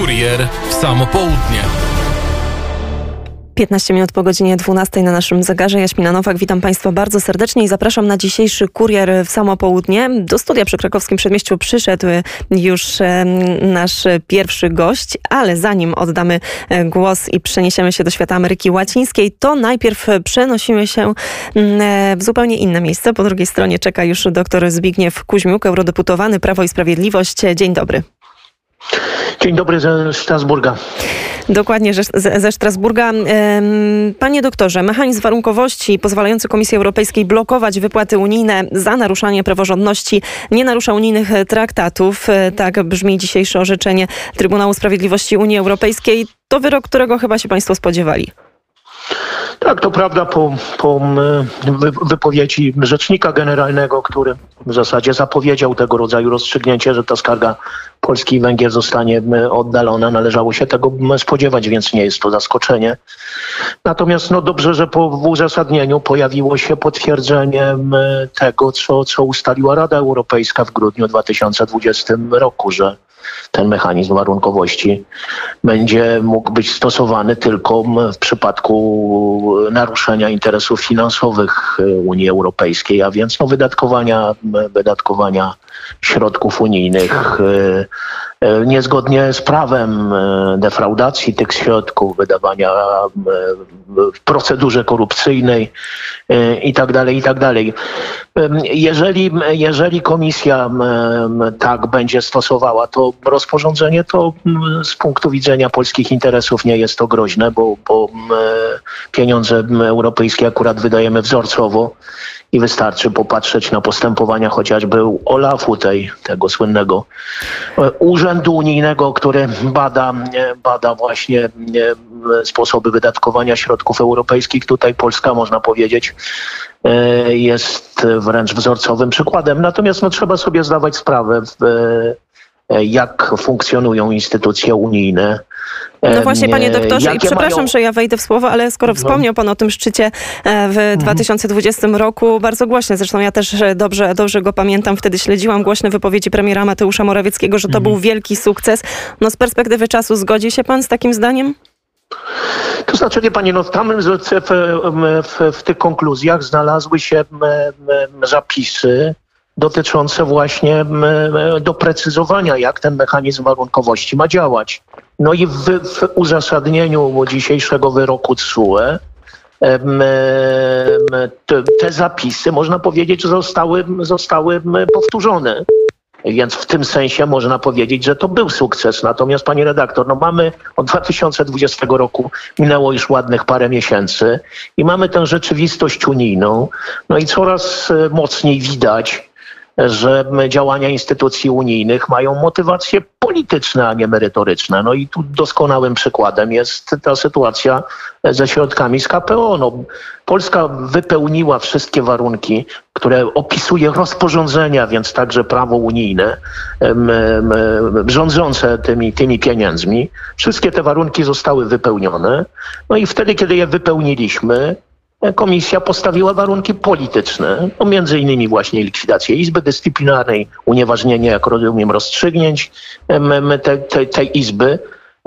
Kurier w samo południe. 15 minut po godzinie 12 na naszym zegarze. Jaśmina Nowak, witam Państwa bardzo serdecznie i zapraszam na dzisiejszy Kurier w samo południe. Do studia przy Krakowskim Przedmieściu przyszedł już nasz pierwszy gość, ale zanim oddamy głos i przeniesiemy się do świata Ameryki Łacińskiej, to najpierw przenosimy się w zupełnie inne miejsce. Po drugiej stronie czeka już dr Zbigniew Kuźmiuk, eurodeputowany Prawo i Sprawiedliwość. Dzień dobry. Dzień dobry ze Strasburga. Dokładnie, ze Strasburga. Panie doktorze, mechanizm warunkowości pozwalający Komisji Europejskiej blokować wypłaty unijne za naruszanie praworządności nie narusza unijnych traktatów. Tak brzmi dzisiejsze orzeczenie Trybunału Sprawiedliwości Unii Europejskiej. To wyrok, którego chyba się Państwo spodziewali. Tak, to prawda, po wypowiedzi rzecznika generalnego, który w zasadzie zapowiedział tego rodzaju rozstrzygnięcie, że ta skarga Polski i Węgier zostanie oddalona. Należało się tego spodziewać, więc nie jest to zaskoczenie. Natomiast dobrze, że w uzasadnieniu pojawiło się potwierdzenie tego, co ustaliła Rada Europejska w grudniu 2020 roku, że ten mechanizm warunkowości będzie mógł być stosowany tylko w przypadku naruszenia interesów finansowych Unii Europejskiej, a więc wydatkowania środków unijnych niezgodnie z prawem, defraudacji tych środków, wydawania w procedurze korupcyjnej itd. Jeżeli Komisja tak będzie stosowała to rozporządzenie, to z punktu widzenia polskich interesów nie jest to groźne, bo pieniądze europejskie akurat wydajemy wzorcowo i wystarczy popatrzeć na postępowania chociażby OLAF-u, tego słynnego urzędu unijnego, który bada właśnie sposoby wydatkowania środków europejskich. Tutaj Polska, można powiedzieć, jest wręcz wzorcowym przykładem. Natomiast trzeba sobie zdawać sprawę, jak funkcjonują instytucje unijne. No właśnie, panie doktorze, i przepraszam, że ja wejdę w słowo, ale skoro wspomniał pan o tym szczycie w 2020 roku, bardzo głośno, zresztą ja też dobrze go pamiętam, wtedy śledziłam głośne wypowiedzi premiera Mateusza Morawieckiego, że to był wielki sukces. Z perspektywy czasu zgodzi się pan z takim zdaniem? To znaczy, wie pani, w tych konkluzjach znalazły się zapisy dotyczące właśnie doprecyzowania, jak ten mechanizm warunkowości ma działać. I w uzasadnieniu dzisiejszego wyroku TSUE te zapisy, można powiedzieć, zostały powtórzone. Więc w tym sensie można powiedzieć, że to był sukces. Natomiast, pani redaktor, mamy od 2020 roku, minęło już ładnych parę miesięcy i mamy tę rzeczywistość unijną. I coraz mocniej widać, że działania instytucji unijnych mają motywacje polityczne, a nie merytoryczne. I tu doskonałym przykładem jest ta sytuacja ze środkami z KPO. Polska wypełniła wszystkie warunki, które opisuje rozporządzenia, więc także prawo unijne rządzące tymi pieniędzmi. Wszystkie te warunki zostały wypełnione. I wtedy, kiedy je wypełniliśmy, Komisja postawiła warunki polityczne, między innymi właśnie likwidację Izby Dyscyplinarnej, unieważnienie, jak rozumiem, rozstrzygnięć tej Izby,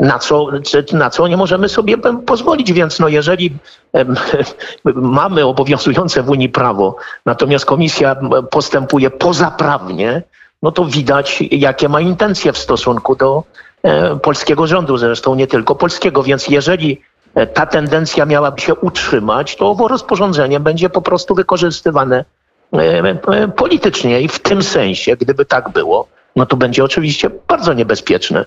na co nie możemy sobie pozwolić. Więc jeżeli mamy obowiązujące w Unii prawo, natomiast Komisja postępuje pozaprawnie, to widać, jakie ma intencje w stosunku do polskiego rządu, zresztą nie tylko polskiego. Więc jeżeli ta tendencja miałaby się utrzymać, to owo rozporządzenie będzie po prostu wykorzystywane politycznie i w tym sensie, gdyby tak było, to będzie oczywiście bardzo niebezpieczne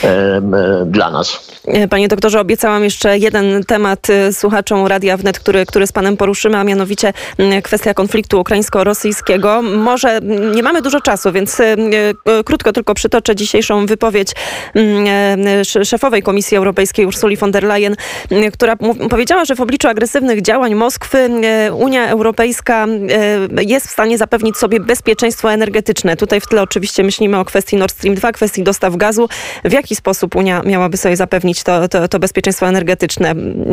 dla nas. Panie doktorze, obiecałam jeszcze jeden temat słuchaczom Radia Wnet, który z panem poruszymy, a mianowicie kwestia konfliktu ukraińsko-rosyjskiego. Może nie mamy dużo czasu, więc krótko tylko przytoczę dzisiejszą wypowiedź szefowej Komisji Europejskiej Ursuli von der Leyen, która powiedziała, że w obliczu agresywnych działań Moskwy Unia Europejska jest w stanie zapewnić sobie bezpieczeństwo energetyczne. Tutaj w tle oczywiście myślimy o kwestii Nord Stream 2, kwestii dostaw gazu. W jaki sposób Unia miałaby sobie zapewnić to bezpieczeństwo energetyczne?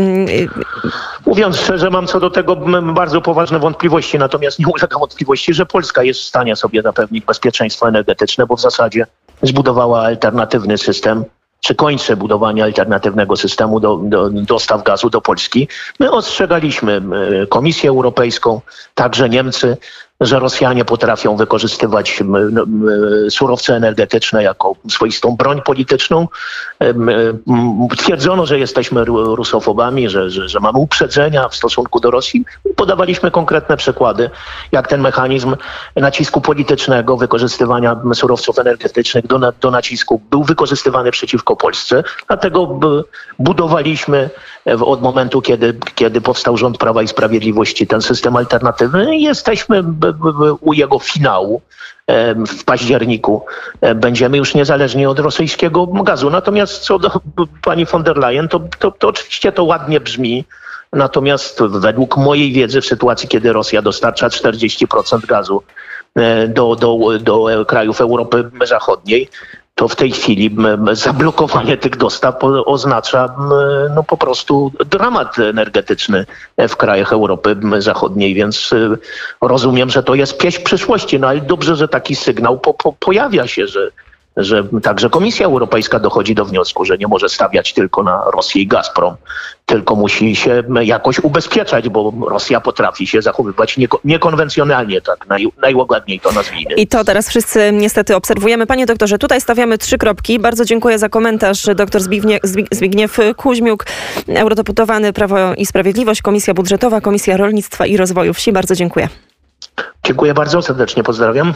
Mówiąc szczerze, mam co do tego bardzo poważne wątpliwości, natomiast nie ulega wątpliwości, że Polska jest w stanie sobie zapewnić bezpieczeństwo energetyczne, bo w zasadzie zbudowała alternatywny system, czy kończy budowanie alternatywnego systemu dostaw gazu do Polski. My ostrzegaliśmy Komisję Europejską, także Niemcy, że Rosjanie potrafią wykorzystywać surowce energetyczne jako swoistą broń polityczną. Twierdzono, że jesteśmy rusofobami, że mamy uprzedzenia w stosunku do Rosji. Podawaliśmy konkretne przykłady, jak ten mechanizm nacisku politycznego, wykorzystywania surowców energetycznych do nacisku był wykorzystywany przeciwko Polsce. Dlatego budowaliśmy od momentu, kiedy powstał rząd Prawa i Sprawiedliwości, ten system alternatywny i jesteśmy u jego finału. W październiku będziemy już niezależni od rosyjskiego gazu. Natomiast co do pani von der Leyen, to oczywiście to ładnie brzmi. Natomiast według mojej wiedzy w sytuacji, kiedy Rosja dostarcza 40% gazu do krajów Europy Zachodniej, to w tej chwili zablokowanie tych dostaw oznacza po prostu dramat energetyczny w krajach Europy Zachodniej, więc rozumiem, że to jest pieśń przyszłości, no ale dobrze, że taki sygnał pojawia się, że także Komisja Europejska dochodzi do wniosku, że nie może stawiać tylko na Rosję i Gazprom, tylko musi się jakoś ubezpieczać, bo Rosja potrafi się zachowywać niekonwencjonalnie, tak najłagodniej to nazwijmy. I to teraz wszyscy niestety obserwujemy. Panie doktorze, tutaj stawiamy 3 kropki. Bardzo dziękuję za komentarz. Dr Zbigniew Kuźmiuk, eurodeputowany Prawo i Sprawiedliwość, Komisja Budżetowa, Komisja Rolnictwa i Rozwoju Wsi. Bardzo dziękuję. Dziękuję bardzo, serdecznie pozdrawiam.